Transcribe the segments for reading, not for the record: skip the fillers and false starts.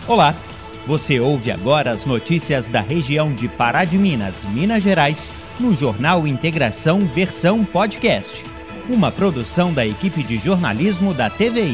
Olá, você ouve agora as notícias da região de Pará de Minas, Minas Gerais, no Jornal Integração versão podcast, uma produção da equipe de jornalismo da TVI.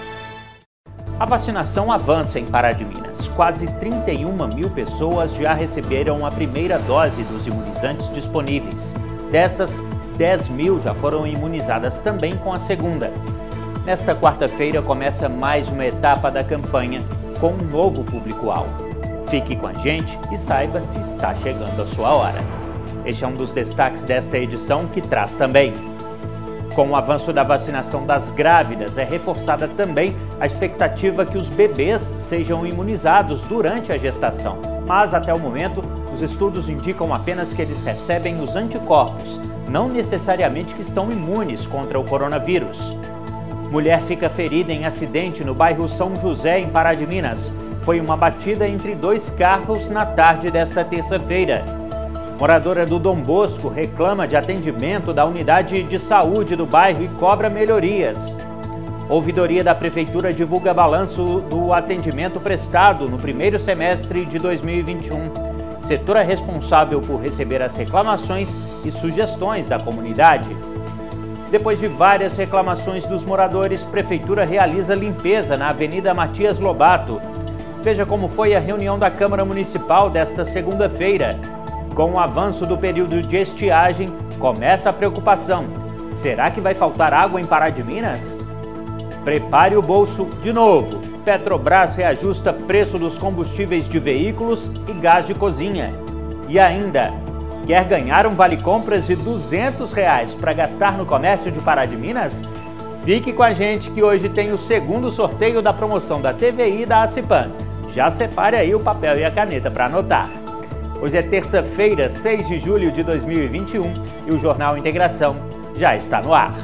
A vacinação avança em Pará de Minas. Quase 31 mil pessoas já receberam a primeira dose dos imunizantes disponíveis. Dessas, 10 mil já foram imunizadas também com a segunda. Nesta quarta-feira começa mais uma etapa da campanha com um novo público-alvo. Fique com a gente e saiba se está chegando a sua hora. Este é um dos destaques desta edição que traz também. Com o avanço da vacinação das grávidas, é reforçada também a expectativa que os bebês sejam imunizados durante a gestação. Mas, até o momento, os estudos indicam apenas que eles recebem os anticorpos, não necessariamente que estão imunes contra o coronavírus. Mulher fica ferida em acidente no bairro São José, em Pará de Minas. Foi uma batida entre dois carros na tarde desta terça-feira. Moradora do Dom Bosco reclama de atendimento da unidade de saúde do bairro e cobra melhorias. Ouvidoria da Prefeitura divulga balanço do atendimento prestado no primeiro semestre de 2021. Setor é responsável por receber as reclamações e sugestões da comunidade. Depois de várias reclamações dos moradores, Prefeitura realiza limpeza na Avenida Matias Lobato. Veja como foi a reunião da Câmara Municipal desta segunda-feira. Com o avanço do período de estiagem, começa a preocupação. Será que vai faltar água em Pará de Minas? Prepare o bolso de novo. Petrobras reajusta preço dos combustíveis de veículos e gás de cozinha. E ainda, quer ganhar um vale-compras de R$200 para gastar no comércio de Pará de Minas? Fique com a gente que hoje tem o segundo sorteio da promoção da TVI e da ACIPAN. Já separe aí o papel e a caneta para anotar. Hoje é terça-feira, 6 de julho de 2021 e o Jornal Integração já está no ar.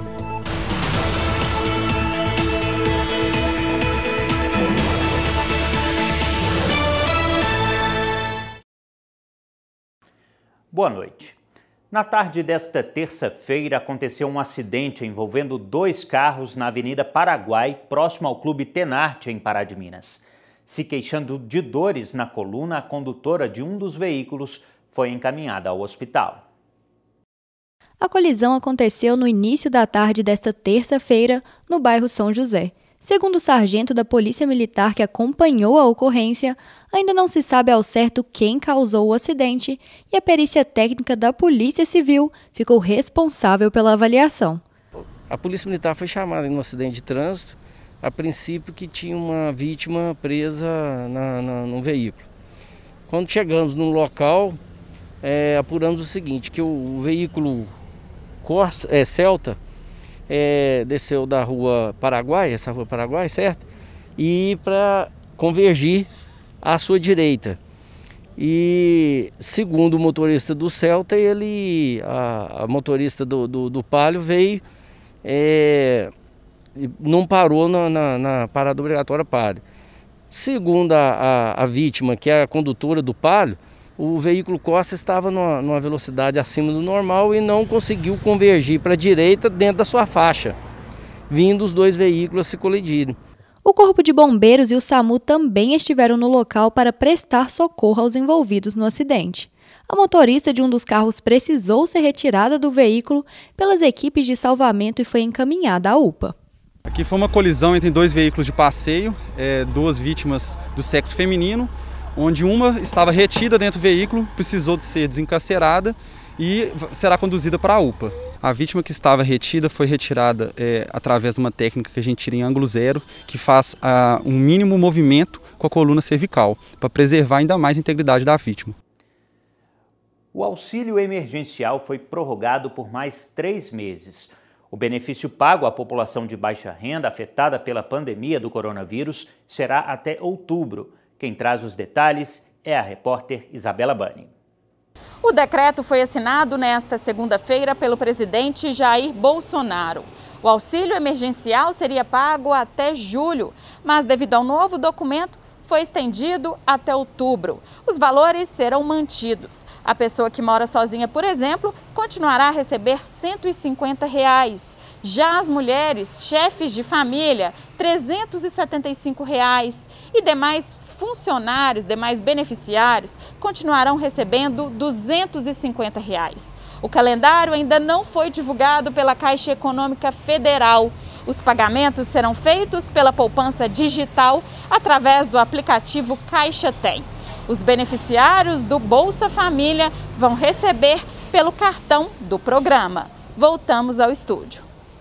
Boa noite. Na tarde desta terça-feira aconteceu um acidente envolvendo dois carros na Avenida Paraguai, próximo ao Clube Tenarte, em Pará de Minas. Se queixando de dores na coluna, a condutora de um dos veículos foi encaminhada ao hospital. A colisão aconteceu no início da tarde desta terça-feira, no bairro São José. Segundo o sargento da Polícia Militar que acompanhou a ocorrência, ainda não se sabe ao certo quem causou o acidente e a perícia técnica da Polícia Civil ficou responsável pela avaliação. A Polícia Militar foi chamada em um acidente de trânsito, a princípio que tinha uma vítima presa no veículo. Quando chegamos no local, apuramos o seguinte, que o veículo Celta desceu da rua Paraguai, essa rua Paraguai, certo? E para convergir à sua direita. E segundo o motorista do Celta, a motorista do Palio veio, não parou na parada obrigatória Palio. Segundo a vítima, que é a condutora do Palio, o veículo Costa estava numa velocidade acima do normal e não conseguiu convergir para a direita dentro da sua faixa, vindo os dois veículos a se colidirem. O Corpo de Bombeiros e o SAMU também estiveram no local para prestar socorro aos envolvidos no acidente. A motorista de um dos carros precisou ser retirada do veículo pelas equipes de salvamento e foi encaminhada à UPA. Aqui foi uma colisão entre dois veículos de passeio, duas vítimas do sexo feminino, onde uma estava retida dentro do veículo, precisou de ser desencarcerada e será conduzida para a UPA. A vítima que estava retida foi retirada através de uma técnica que a gente tira em ângulo zero, que faz um mínimo movimento com a coluna cervical, para preservar ainda mais a integridade da vítima. O auxílio emergencial foi prorrogado por mais 3 meses. O benefício pago à população de baixa renda afetada pela pandemia do coronavírus será até outubro. Quem traz os detalhes é a repórter Isabela Bani. O decreto foi assinado nesta segunda-feira pelo presidente Jair Bolsonaro. O auxílio emergencial seria pago até julho, mas devido ao novo documento, foi estendido até outubro. Os valores serão mantidos. A pessoa que mora sozinha, por exemplo, continuará a receber R$ 150. Já as mulheres, chefes de família, R$ 375 e demais funcionários, demais beneficiários, continuarão recebendo R$ 250. O calendário ainda não foi divulgado pela Caixa Econômica Federal. Os pagamentos serão feitos pela poupança digital através do aplicativo Caixa Tem. Os beneficiários do Bolsa Família vão receber pelo cartão do programa. Voltamos ao estúdio.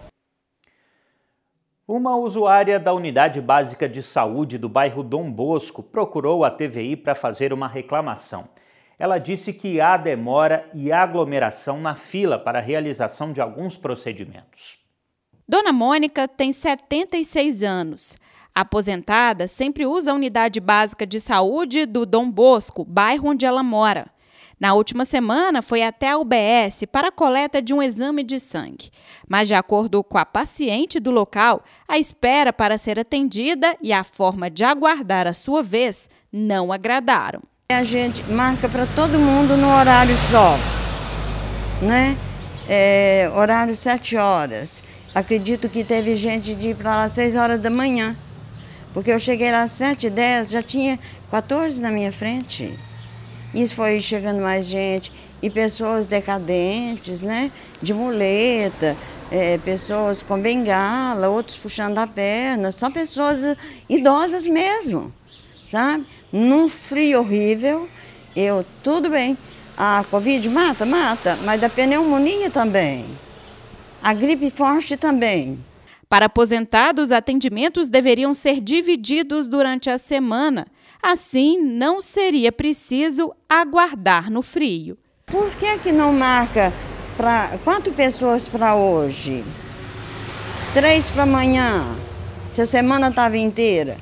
Uma usuária da Unidade Básica de Saúde do bairro Dom Bosco procurou a TVI para fazer uma reclamação. Ela disse que há demora e aglomeração na fila para a realização de alguns procedimentos. Dona Mônica tem 76 anos. A aposentada sempre usa a Unidade Básica de Saúde do Dom Bosco, bairro onde ela mora. Na última semana, foi até a UBS para a coleta de um exame de sangue. Mas, de acordo com a paciente do local, a espera para ser atendida e a forma de aguardar a sua vez não agradaram. A gente marca para todo mundo no horário só, né? Horário 7 horas. Acredito que teve gente de ir para lá às 6 horas da manhã, porque eu cheguei lá às 7h10, já tinha 14 na minha frente. Isso foi chegando mais gente, e pessoas decadentes, né? De muleta, pessoas com bengala, outros puxando a perna, só pessoas idosas mesmo, sabe? Num frio horrível, tudo bem, a Covid mata, mas da pneumonia também, a gripe forte também. Para aposentados, os atendimentos deveriam ser divididos durante a semana. Assim, não seria preciso aguardar no frio. Por que não marca para 4 pessoas para hoje? 3 para amanhã, se a semana estava inteira.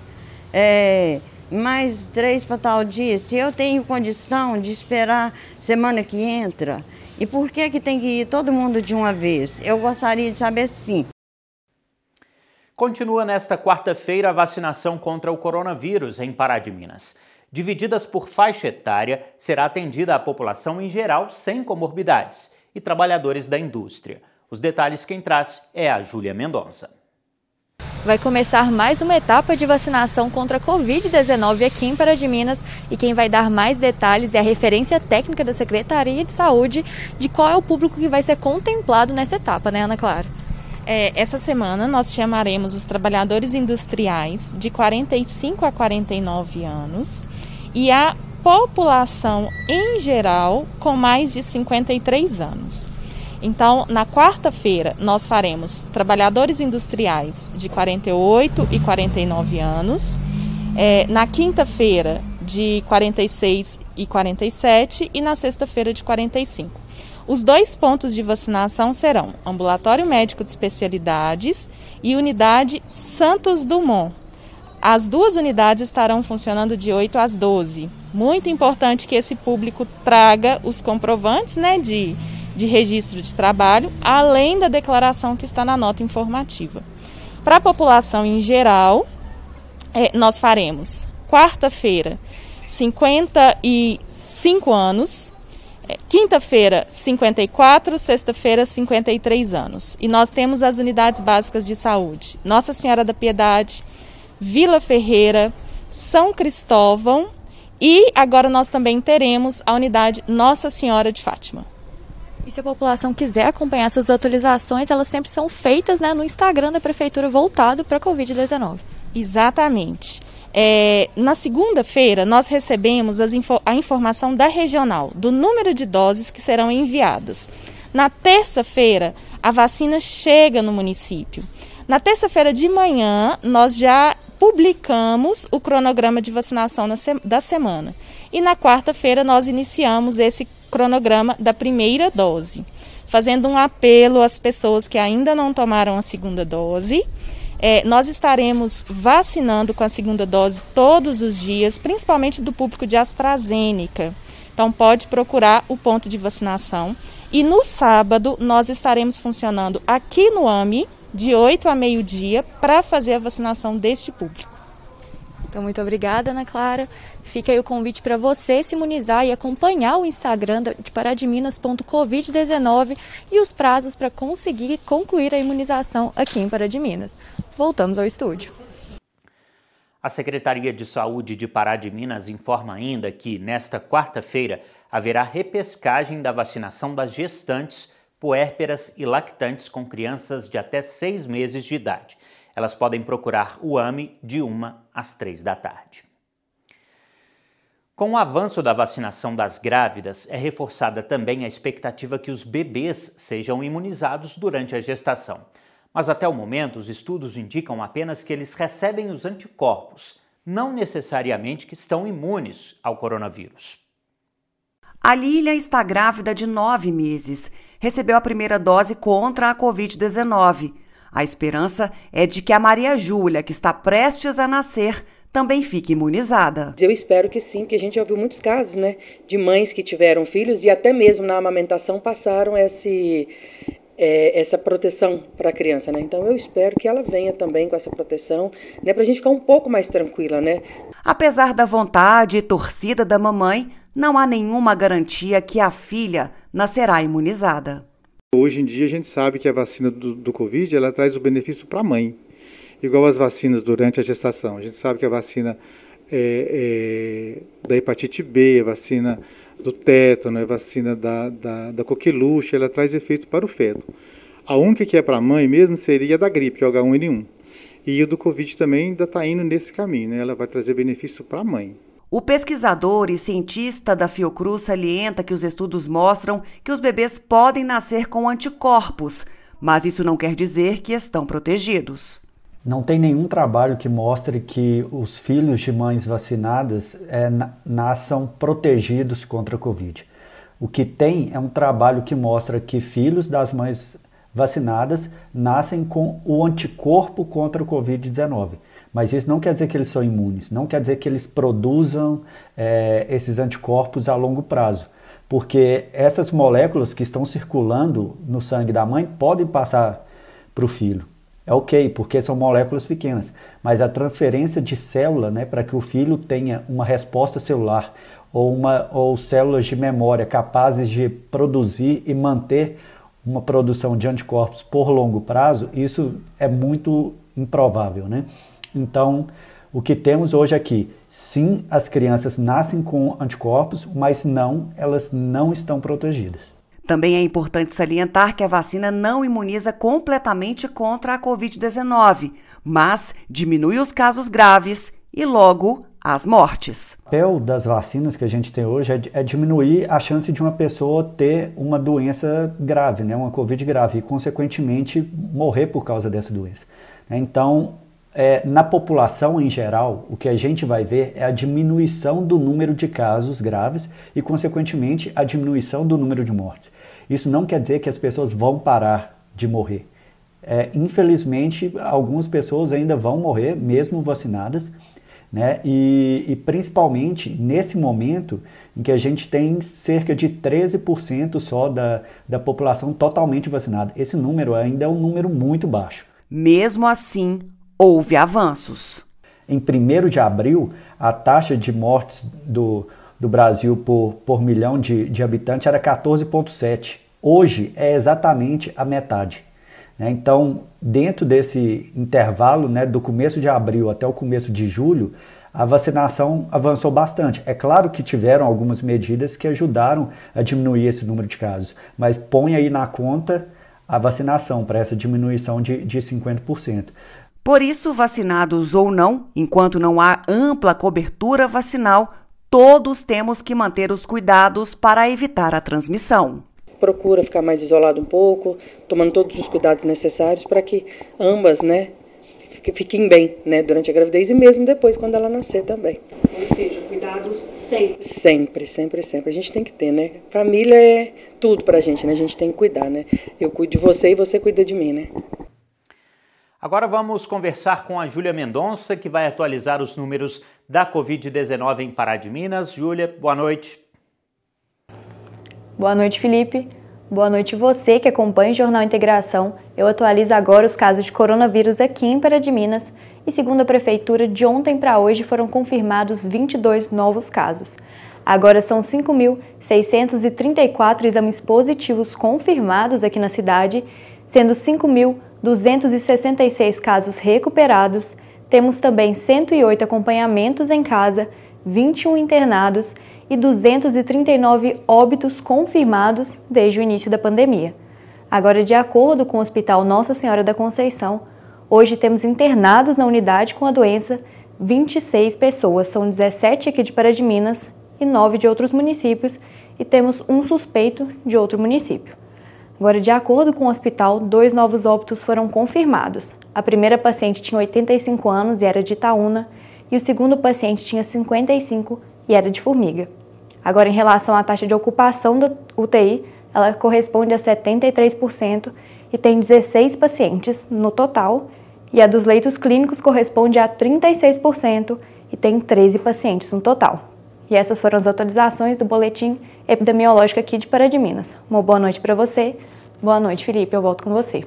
Mais 3 para tal dia. Se eu tenho condição de esperar semana que entra, e por que tem que ir todo mundo de uma vez? Eu gostaria de saber sim. Continua nesta quarta-feira a vacinação contra o coronavírus em Pará de Minas. Divididas por faixa etária, será atendida a população em geral sem comorbidades e trabalhadores da indústria. Os detalhes quem traz é a Júlia Mendonça. Vai começar mais uma etapa de vacinação contra a Covid-19 aqui em Pará de Minas, e quem vai dar mais detalhes é a referência técnica da Secretaria de Saúde de qual é o público que vai ser contemplado nessa etapa, né, Ana Clara? Essa semana nós chamaremos os trabalhadores industriais de 45 a 49 anos e a população em geral com mais de 53 anos. Então, na quarta-feira, nós faremos trabalhadores industriais de 48 e 49 anos, na quinta-feira, de 46 e 47 e na sexta-feira, de 45. Os 2 pontos de vacinação serão Ambulatório Médico de Especialidades e Unidade Santos Dumont. As 2 unidades estarão funcionando de 8 às 12. Muito importante que esse público traga os comprovantes, né, de registro de trabalho, além da declaração que está na nota informativa. Para a população em geral, nós faremos quarta-feira 55 anos, quinta-feira 54, sexta-feira 53 anos. E nós temos as unidades básicas de saúde: Nossa Senhora da Piedade, Vila Ferreira, São Cristóvão, e agora nós também teremos a unidade Nossa Senhora de Fátima. E se a população quiser acompanhar essas atualizações, elas sempre são feitas, né, no Instagram da Prefeitura voltado para a Covid-19. Exatamente. Na segunda-feira, nós recebemos a informação da regional, do número de doses que serão enviadas. Na terça-feira, a vacina chega no município. Na terça-feira de manhã, nós já publicamos o cronograma de vacinação da semana. E na quarta-feira, nós iniciamos esse cronograma da primeira dose, fazendo um apelo às pessoas que ainda não tomaram a segunda dose. Nós estaremos vacinando com a segunda dose todos os dias, principalmente do público de AstraZeneca. Então pode procurar o ponto de vacinação. E no sábado nós estaremos funcionando aqui no AMI, de 8 a meio-dia, para fazer a vacinação deste público. Então, muito obrigada, Ana Clara. Fica aí o convite para você se imunizar e acompanhar o Instagram de parademinas.covid19 e os prazos para conseguir concluir a imunização aqui em Pará de Minas. Voltamos ao estúdio. A Secretaria de Saúde de Pará de Minas informa ainda que, nesta quarta-feira, haverá repescagem da vacinação das gestantes, puérperas e lactantes com crianças de até 6 meses de idade. Elas podem procurar o AME de 1 às 3 da tarde. Com o avanço da vacinação das grávidas, é reforçada também a expectativa que os bebês sejam imunizados durante a gestação. Mas até o momento, os estudos indicam apenas que eles recebem os anticorpos, não necessariamente que estão imunes ao coronavírus. A Lília está grávida de 9 meses. Recebeu a primeira dose contra a Covid-19. A esperança é de que a Maria Júlia, que está prestes a nascer, também fique imunizada. Eu espero que sim, porque a gente já ouviu muitos casos, né, de mães que tiveram filhos e até mesmo na amamentação passaram essa proteção para a criança, né? Então eu espero que ela venha também com essa proteção, né, para a gente ficar um pouco mais tranquila, né? Apesar da vontade e torcida da mamãe, não há nenhuma garantia que a filha nascerá imunizada. Hoje em dia a gente sabe que a vacina do Covid ela traz o benefício para a mãe, igual as vacinas durante a gestação. A gente sabe que a vacina da hepatite B, a vacina do tétano, a vacina da coqueluche, ela traz efeito para o feto. A única que é para a mãe mesmo seria a da gripe, que é o H1N1. E o do Covid também ainda está indo nesse caminho, né? Ela vai trazer benefício para a mãe. O pesquisador e cientista da Fiocruz salienta que os estudos mostram que os bebês podem nascer com anticorpos, mas isso não quer dizer que estão protegidos. Não tem nenhum trabalho que mostre que os filhos de mães vacinadas nasçam protegidos contra a Covid. O que tem é um trabalho que mostra que filhos das mães vacinadas nascem com o anticorpo contra o Covid-19. Mas isso não quer dizer que eles são imunes, não quer dizer que eles produzam esses anticorpos a longo prazo. Porque essas moléculas que estão circulando no sangue da mãe podem passar para o filho. É ok, porque são moléculas pequenas, mas a transferência de célula, né, para que o filho tenha uma resposta celular ou células de memória capazes de produzir e manter uma produção de anticorpos por longo prazo, isso é muito improvável, né? Então, o que temos hoje aqui, sim, as crianças nascem com anticorpos, mas elas não estão protegidas. Também é importante salientar que a vacina não imuniza completamente contra a Covid-19, mas diminui os casos graves e, logo, as mortes. O papel das vacinas que a gente tem hoje é diminuir a chance de uma pessoa ter uma doença grave, né, uma Covid grave, e, consequentemente, morrer por causa dessa doença. Então, na população em geral, o que a gente vai ver é a diminuição do número de casos graves e, consequentemente, a diminuição do número de mortes. Isso não quer dizer que as pessoas vão parar de morrer. Infelizmente, algumas pessoas ainda vão morrer, mesmo vacinadas, né? E principalmente nesse momento em que a gente tem cerca de 13% só da população totalmente vacinada. Esse número ainda é um número muito baixo. Mesmo assim, houve avanços. Em 1º de abril, a taxa de mortes do Brasil por milhão de habitantes era 14,7. Hoje é exatamente a metade. Então, dentro desse intervalo, né, do começo de abril até o começo de julho, a vacinação avançou bastante. É claro que tiveram algumas medidas que ajudaram a diminuir esse número de casos, mas põe aí na conta a vacinação para essa diminuição de 50%. Por isso, vacinados ou não, enquanto não há ampla cobertura vacinal, todos temos que manter os cuidados para evitar a transmissão. Procura ficar mais isolado um pouco, tomando todos os cuidados necessários para que ambas, né, fiquem bem, né, durante a gravidez e mesmo depois quando ela nascer também. Ou seja, cuidados sempre. Sempre, sempre, sempre. A gente tem que ter, né? Família é tudo pra gente, né? A gente tem que cuidar, né? Eu cuido de você e você cuida de mim, né? Agora vamos conversar com a Júlia Mendonça, que vai atualizar os números da Covid-19 em Pará de Minas. Júlia, boa noite. Boa noite, Felipe. Boa noite você que acompanha o Jornal Integração. Eu atualizo agora os casos de coronavírus aqui em Pará de Minas e, segundo a Prefeitura, de ontem para hoje foram confirmados 22 novos casos. Agora são 5.634 exames positivos confirmados aqui na cidade, sendo 5.266 casos recuperados, Temos também 108 acompanhamentos em casa, 21 internados e 239 óbitos confirmados desde o início da pandemia. Agora, de acordo com o Hospital Nossa Senhora da Conceição, hoje temos internados na unidade com a doença 26 pessoas, são 17 aqui de Pará de Minas e 9 de outros municípios, e temos um suspeito de outro município. Agora, de acordo com o hospital, 2 novos óbitos foram confirmados. A primeira paciente tinha 85 anos e era de Itaúna, e o segundo paciente tinha 55 e era de Formiga. Agora, em relação à taxa de ocupação da UTI, ela corresponde a 73% e tem 16 pacientes no total, e a dos leitos clínicos corresponde a 36% e tem 13 pacientes no total. E essas foram as atualizações do boletim epidemiológico aqui de Pará de Minas. Uma boa noite para você. Boa noite, Felipe. Eu volto com você.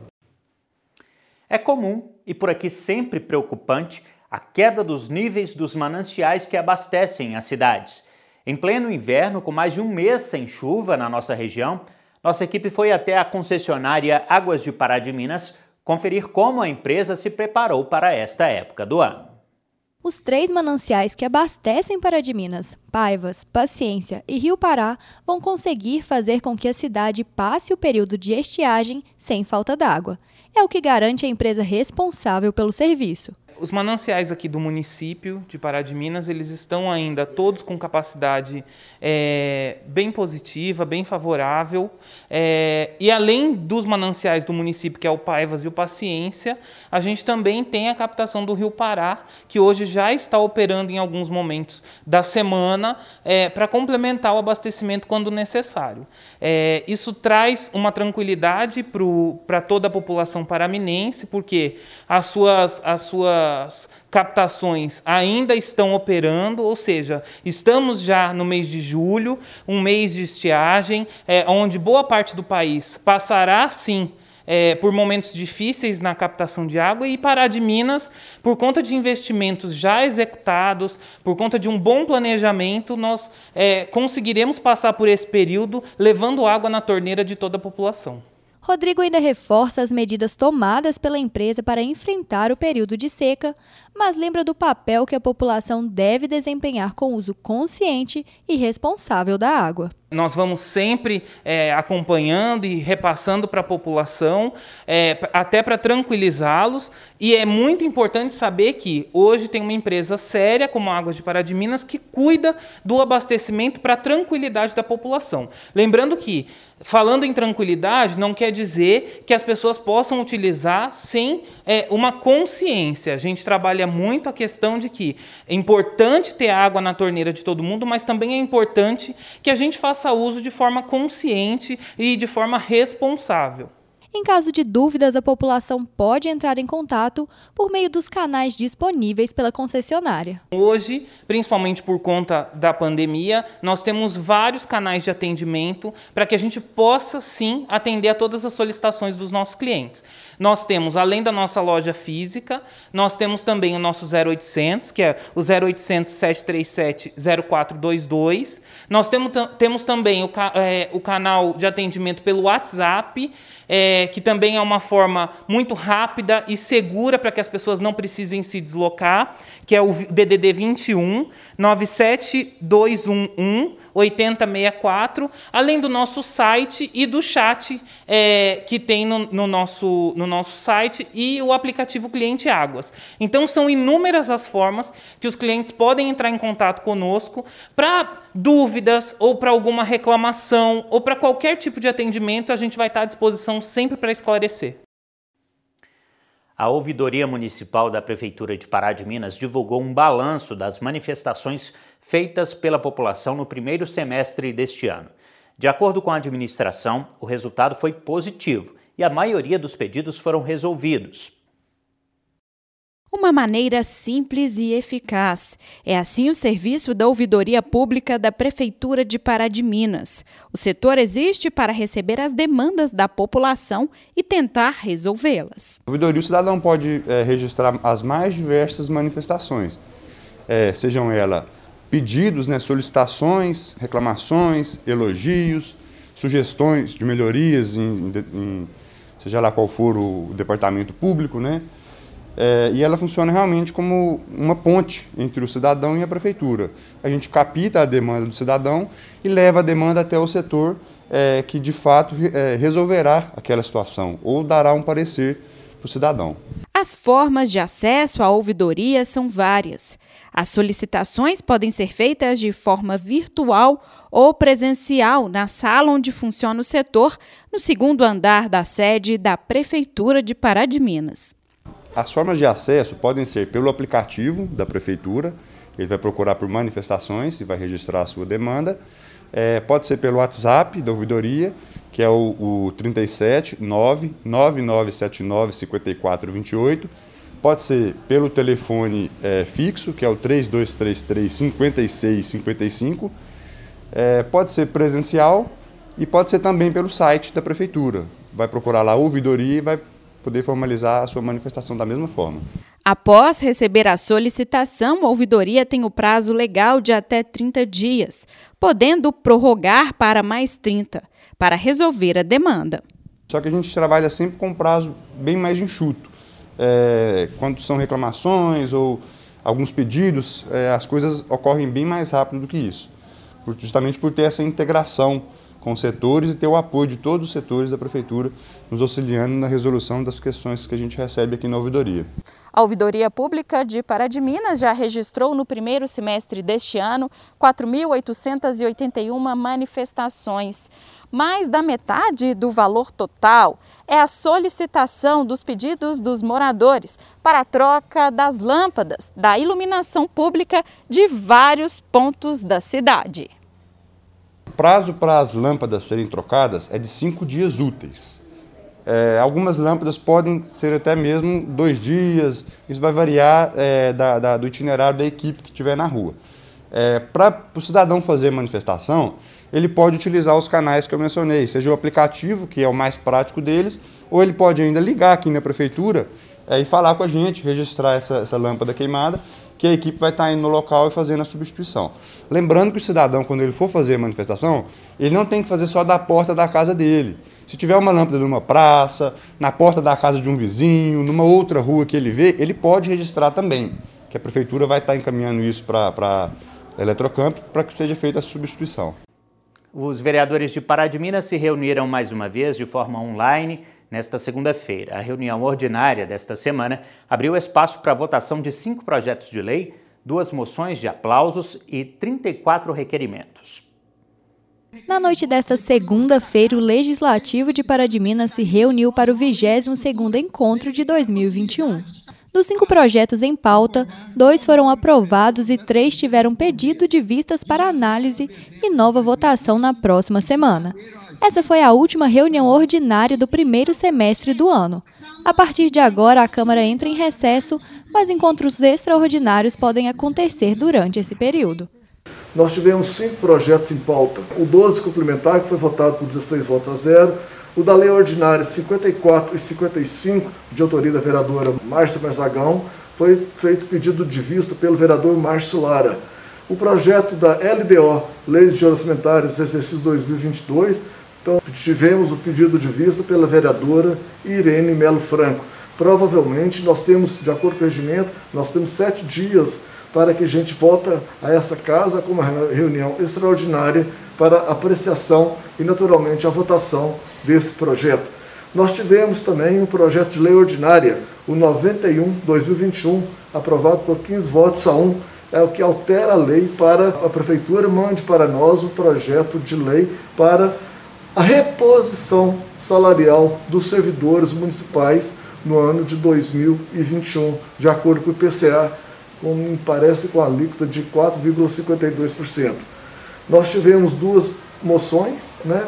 É comum e por aqui sempre preocupante a queda dos níveis dos mananciais que abastecem as cidades. Em pleno inverno, com mais de um mês sem chuva na nossa região, nossa equipe foi até a concessionária Águas de Pará de Minas conferir como a empresa se preparou para esta época do ano. Os 3 mananciais que abastecem Pará de Minas, Paivas, Paciência e Rio Pará, vão conseguir fazer com que a cidade passe o período de estiagem sem falta d'água. É o que garante a empresa responsável pelo serviço. Os mananciais aqui do município de Pará de Minas, eles estão ainda todos com capacidade bem positiva, bem favorável. E além dos mananciais do município, que é o Paivas e o Paciência, a gente também tem a captação do Rio Pará, que hoje já está operando em alguns momentos da semana para complementar o abastecimento quando necessário. Isso traz uma tranquilidade para toda a população paraminense, porque as suas captações ainda estão operando, ou seja, estamos já no mês de julho, um mês de estiagem, onde boa parte do país passará, sim, por momentos difíceis na captação de água, e Pará de Minas, por conta de investimentos já executados, por conta de um bom planejamento, nós conseguiremos passar por esse período levando água na torneira de toda a população. Rodrigo ainda reforça as medidas tomadas pela empresa para enfrentar o período de seca, mas lembra do papel que a população deve desempenhar com o uso consciente e responsável da água. Nós vamos sempre acompanhando e repassando para a população, até para tranquilizá-los, e é muito importante saber que hoje tem uma empresa séria, como a Águas de Pará de Minas, que cuida do abastecimento para a tranquilidade da população. Lembrando que, falando em tranquilidade, não quer dizer que as pessoas possam utilizar sem uma consciência. A gente trabalha muito a questão de que é importante ter água na torneira de todo mundo, mas também é importante que a gente faça uso de forma consciente e de forma responsável. Em caso de dúvidas, a população pode entrar em contato por meio dos canais disponíveis pela concessionária. Hoje, principalmente por conta da pandemia, nós temos vários canais de atendimento para que a gente possa, sim, atender a todas as solicitações dos nossos clientes. Nós temos, além da nossa loja física, nós temos também o nosso 0800, que é o 0800 737 0422. Nós temos também o canal de atendimento pelo WhatsApp, que também é uma forma muito rápida e segura para que as pessoas não precisem se deslocar, que é o DDD 21 97211 8064, além do nosso site e do chat que tem no nosso site e o aplicativo Cliente Águas. Então, são inúmeras as formas que os clientes podem entrar em contato conosco para dúvidas ou para alguma reclamação ou para qualquer tipo de atendimento. A gente vai estar à disposição sempre para esclarecer. A Ouvidoria Municipal da Prefeitura de Pará de Minas divulgou um balanço das manifestações feitas pela população no primeiro semestre deste ano. De acordo com a administração, o resultado foi positivo e a maioria dos pedidos foram resolvidos. Uma maneira simples e eficaz. É assim o serviço da Ouvidoria Pública da Prefeitura de Pará de Minas. O setor existe para receber as demandas da população e tentar resolvê-las. A ouvidoria, o cidadão pode registrar as mais diversas manifestações, sejam elas pedidos, solicitações, reclamações, elogios, sugestões de melhorias, seja lá qual for o departamento público, E ela funciona realmente como uma ponte entre o cidadão e a prefeitura. A gente capta a demanda do cidadão e leva a demanda até o setor que de fato resolverá aquela situação ou dará um parecer para o cidadão. As formas de acesso à ouvidoria são várias. As solicitações podem ser feitas de forma virtual ou presencial na sala onde funciona o setor, no segundo andar da sede da Prefeitura de Pará de Minas. As formas de acesso podem ser pelo aplicativo da Prefeitura, ele vai procurar por manifestações e vai registrar a sua demanda. Pode ser pelo WhatsApp da ouvidoria, que é o 37 99979 5428. Pode ser pelo telefone fixo, que é o 3233 5655. Pode ser presencial e pode ser também pelo site da Prefeitura. Vai procurar lá a ouvidoria e vai poder formalizar a sua manifestação da mesma forma. Após receber a solicitação, a ouvidoria tem o prazo legal de até 30 dias, podendo prorrogar para mais 30, para resolver a demanda. Só que a gente trabalha sempre com um prazo bem mais enxuto. Quando são reclamações ou alguns pedidos, as coisas ocorrem bem mais rápido do que isso, justamente por ter essa integração com os setores e ter o apoio de todos os setores da Prefeitura nos auxiliando na resolução das questões que a gente recebe aqui na ouvidoria. A Ouvidoria Pública de Pará de Minas já registrou no primeiro semestre deste ano 4.881 manifestações. Mais da metade do valor total é a solicitação dos pedidos dos moradores para a troca das lâmpadas da iluminação pública de vários pontos da cidade. O prazo para as lâmpadas serem trocadas é de 5 dias úteis. Algumas lâmpadas podem ser até mesmo 2 dias, isso vai variar do itinerário da equipe que estiver na rua. Para o cidadão fazer manifestação, ele pode utilizar os canais que eu mencionei, seja o aplicativo, que é o mais prático deles, ou ele pode ainda ligar aqui na Prefeitura e falar com a gente, registrar essa lâmpada queimada, que a equipe vai estar indo no local e fazendo a substituição. Lembrando que o cidadão, quando ele for fazer a manifestação, ele não tem que fazer só da porta da casa dele. Se tiver uma lâmpada numa praça, na porta da casa de um vizinho, numa outra rua que ele vê, ele pode registrar também, que a Prefeitura vai estar encaminhando isso para a Eletrocamp para que seja feita a substituição. Os vereadores de Pará de Minas se reuniram mais uma vez de forma online nesta segunda-feira. A reunião ordinária desta semana abriu espaço para a votação de 5 projetos de lei, 2 moções de aplausos e 34 requerimentos. Na noite desta segunda-feira, o Legislativo de Pará de Minas se reuniu para o 22º encontro de 2021. Dos 5 projetos em pauta, 2 foram aprovados e 3 tiveram pedido de vistas para análise e nova votação na próxima semana. Essa foi a última reunião ordinária do primeiro semestre do ano. A partir de agora, a Câmara entra em recesso, mas encontros extraordinários podem acontecer durante esse período. Nós tivemos 5 projetos em pauta. O 12 complementar, que foi votado por 16 votos a 0. O da Lei Ordinária 54 e 55, de autoria da vereadora Márcia Marzagão, foi feito pedido de vista pelo vereador Márcio Lara. O projeto da LDO, Leis de Orçamentárias, exercício 2022, então tivemos o pedido de vista pela vereadora Irene Melo Franco. Provavelmente nós temos, de acordo com o regimento, nós temos 7 dias para que a gente volte a essa casa com uma reunião extraordinária para apreciação e, naturalmente, a votação desse projeto. Nós tivemos também um projeto de lei ordinária, o 91/2021, aprovado por 15 votos a 1, é o que altera a lei para a Prefeitura mande para nós um projeto de lei para a reposição salarial dos servidores municipais no ano de 2021, de acordo com o IPCA, me parece com a alíquota de 4,52%. Nós tivemos 2 moções,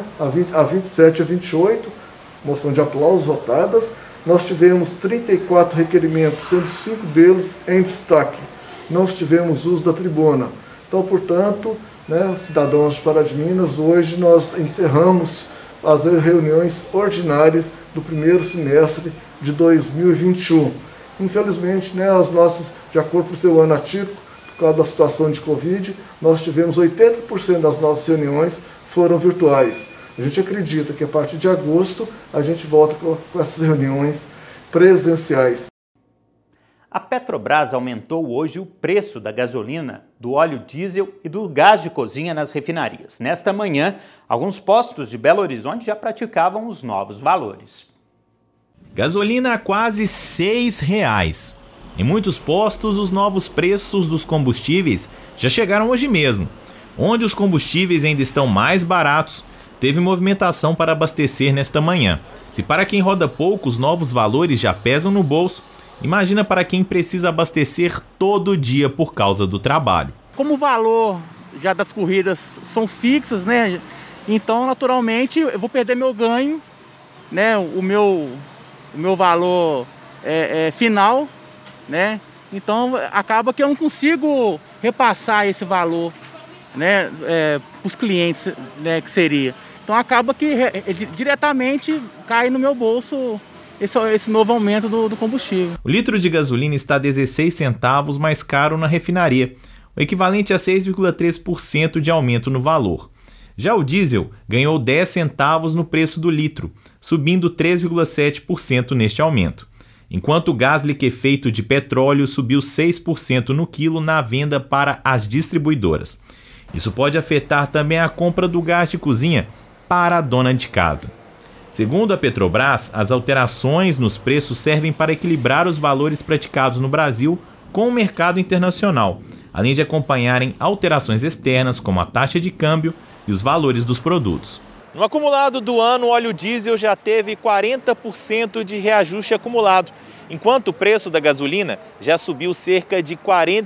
a 27 e a 28, moção de aplausos votadas. Nós tivemos 34 requerimentos, sendo 5 deles em destaque. Nós tivemos uso da tribuna. Então, portanto, cidadãos de Pará de Minas, hoje nós encerramos as reuniões ordinárias do primeiro semestre de 2021. Infelizmente, as nossas, de acordo com o seu ano atípico, por causa da situação de Covid, nós tivemos 80% das nossas reuniões foram virtuais. A gente acredita que a partir de agosto a gente volta com essas reuniões presenciais. A Petrobras aumentou hoje o preço da gasolina, do óleo diesel e do gás de cozinha nas refinarias. Nesta manhã, alguns postos de Belo Horizonte já praticavam os novos valores. Gasolina a quase R$ 6,00. Em muitos postos, os novos preços dos combustíveis já chegaram hoje mesmo. Onde os combustíveis ainda estão mais baratos, teve movimentação para abastecer nesta manhã. Se para quem roda pouco os novos valores já pesam no bolso, imagina para quem precisa abastecer todo dia por causa do trabalho. Como o valor já das corridas são fixas, né? Então, naturalmente, eu vou perder meu ganho, né? O meu valor final, né? Então, acaba que eu não consigo repassar esse valor, né? Para os clientes, né? Que seria. Então, acaba que diretamente cai no meu bolso esse novo aumento do combustível. O litro de gasolina está 16 centavos mais caro na refinaria, o equivalente a 6,3% de aumento no valor. Já o diesel ganhou 10 centavos no preço do litro, subindo 3,7% neste aumento, enquanto o gás liquefeito de petróleo subiu 6% no quilo na venda para as distribuidoras. Isso pode afetar também a compra do gás de cozinha para a dona de casa. Segundo a Petrobras, as alterações nos preços servem para equilibrar os valores praticados no Brasil com o mercado internacional, além de acompanharem alterações externas como a taxa de câmbio e os valores dos produtos. No acumulado do ano, o óleo diesel já teve 40% de reajuste acumulado, enquanto o preço da gasolina já subiu cerca de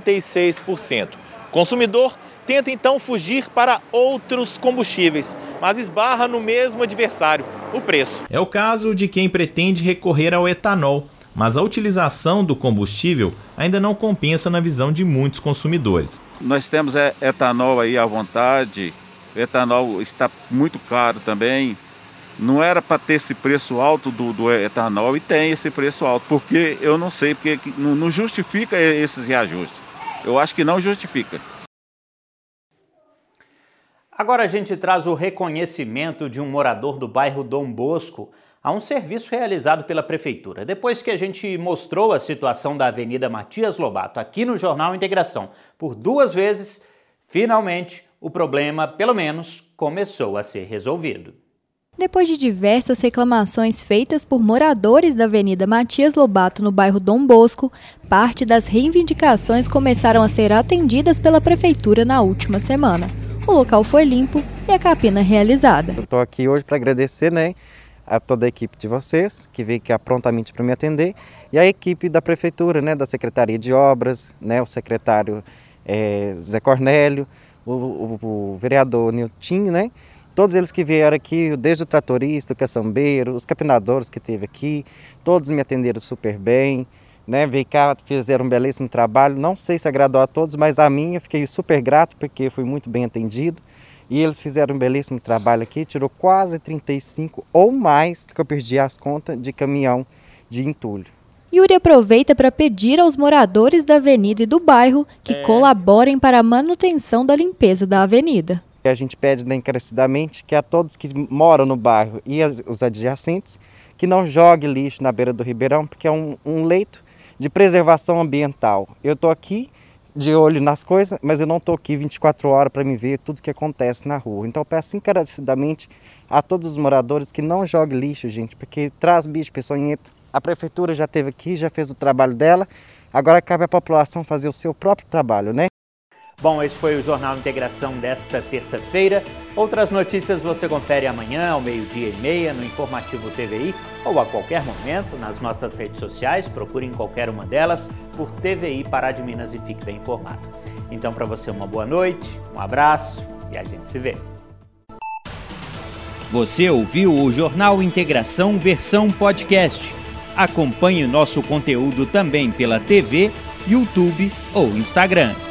46%. O consumidor tenta então fugir para outros combustíveis, mas esbarra no mesmo adversário, o preço. É o caso de quem pretende recorrer ao etanol, mas a utilização do combustível ainda não compensa na visão de muitos consumidores. Nós temos etanol aí à vontade, o etanol está muito caro também. Não era para ter esse preço alto do etanol e tem esse preço alto, porque eu não sei, porque não justifica esses reajustes. Eu acho que não justifica. Agora a gente traz o reconhecimento de um morador do bairro Dom Bosco a um serviço realizado pela Prefeitura. Depois que a gente mostrou a situação da Avenida Matias Lobato aqui no Jornal Integração por 2 vezes, finalmente o problema, pelo menos, começou a ser resolvido. Depois de diversas reclamações feitas por moradores da Avenida Matias Lobato no bairro Dom Bosco, parte das reivindicações começaram a ser atendidas pela Prefeitura na última semana. O local foi limpo e a capina realizada. Eu estou aqui hoje para agradecer, a toda a equipe de vocês, que veio aqui prontamente para me atender, e a equipe da Prefeitura, da Secretaria de Obras, o secretário Zé Cornélio, o vereador Niltinho, todos eles que vieram aqui, desde o tratorista, o caçambeiro, os capinadores que teve aqui, todos me atenderam super bem. Veio cá, fizeram um belíssimo trabalho, não sei se agradou a todos, mas a mim eu fiquei super grato porque fui muito bem atendido e eles fizeram um belíssimo trabalho aqui, tirou quase 35 ou mais, que eu perdi as contas, de caminhão de entulho. Yuri aproveita para pedir aos moradores da avenida e do bairro que colaborem para a manutenção da limpeza da avenida. A gente pede encarecidamente que a todos que moram no bairro e os adjacentes, que não jogue lixo na beira do Ribeirão, porque é um leito de preservação ambiental. Eu estou aqui de olho nas coisas, mas eu não estou aqui 24 horas para me ver tudo que acontece na rua. Então eu peço encarecidamente a todos os moradores que não joguem lixo, gente, porque traz bicho peçonhento. A Prefeitura já esteve aqui, já fez o trabalho dela, agora cabe à população fazer o seu próprio trabalho, Bom, esse foi o Jornal Integração desta terça-feira. Outras notícias você confere amanhã, ao 12:30, no Informativo TVI, ou a qualquer momento nas nossas redes sociais. Procure em qualquer uma delas por TVI Pará de Minas e fique bem informado. Então, para você, uma boa noite, um abraço e a gente se vê. Você ouviu o Jornal Integração versão podcast. Acompanhe o nosso conteúdo também pela TV, YouTube ou Instagram.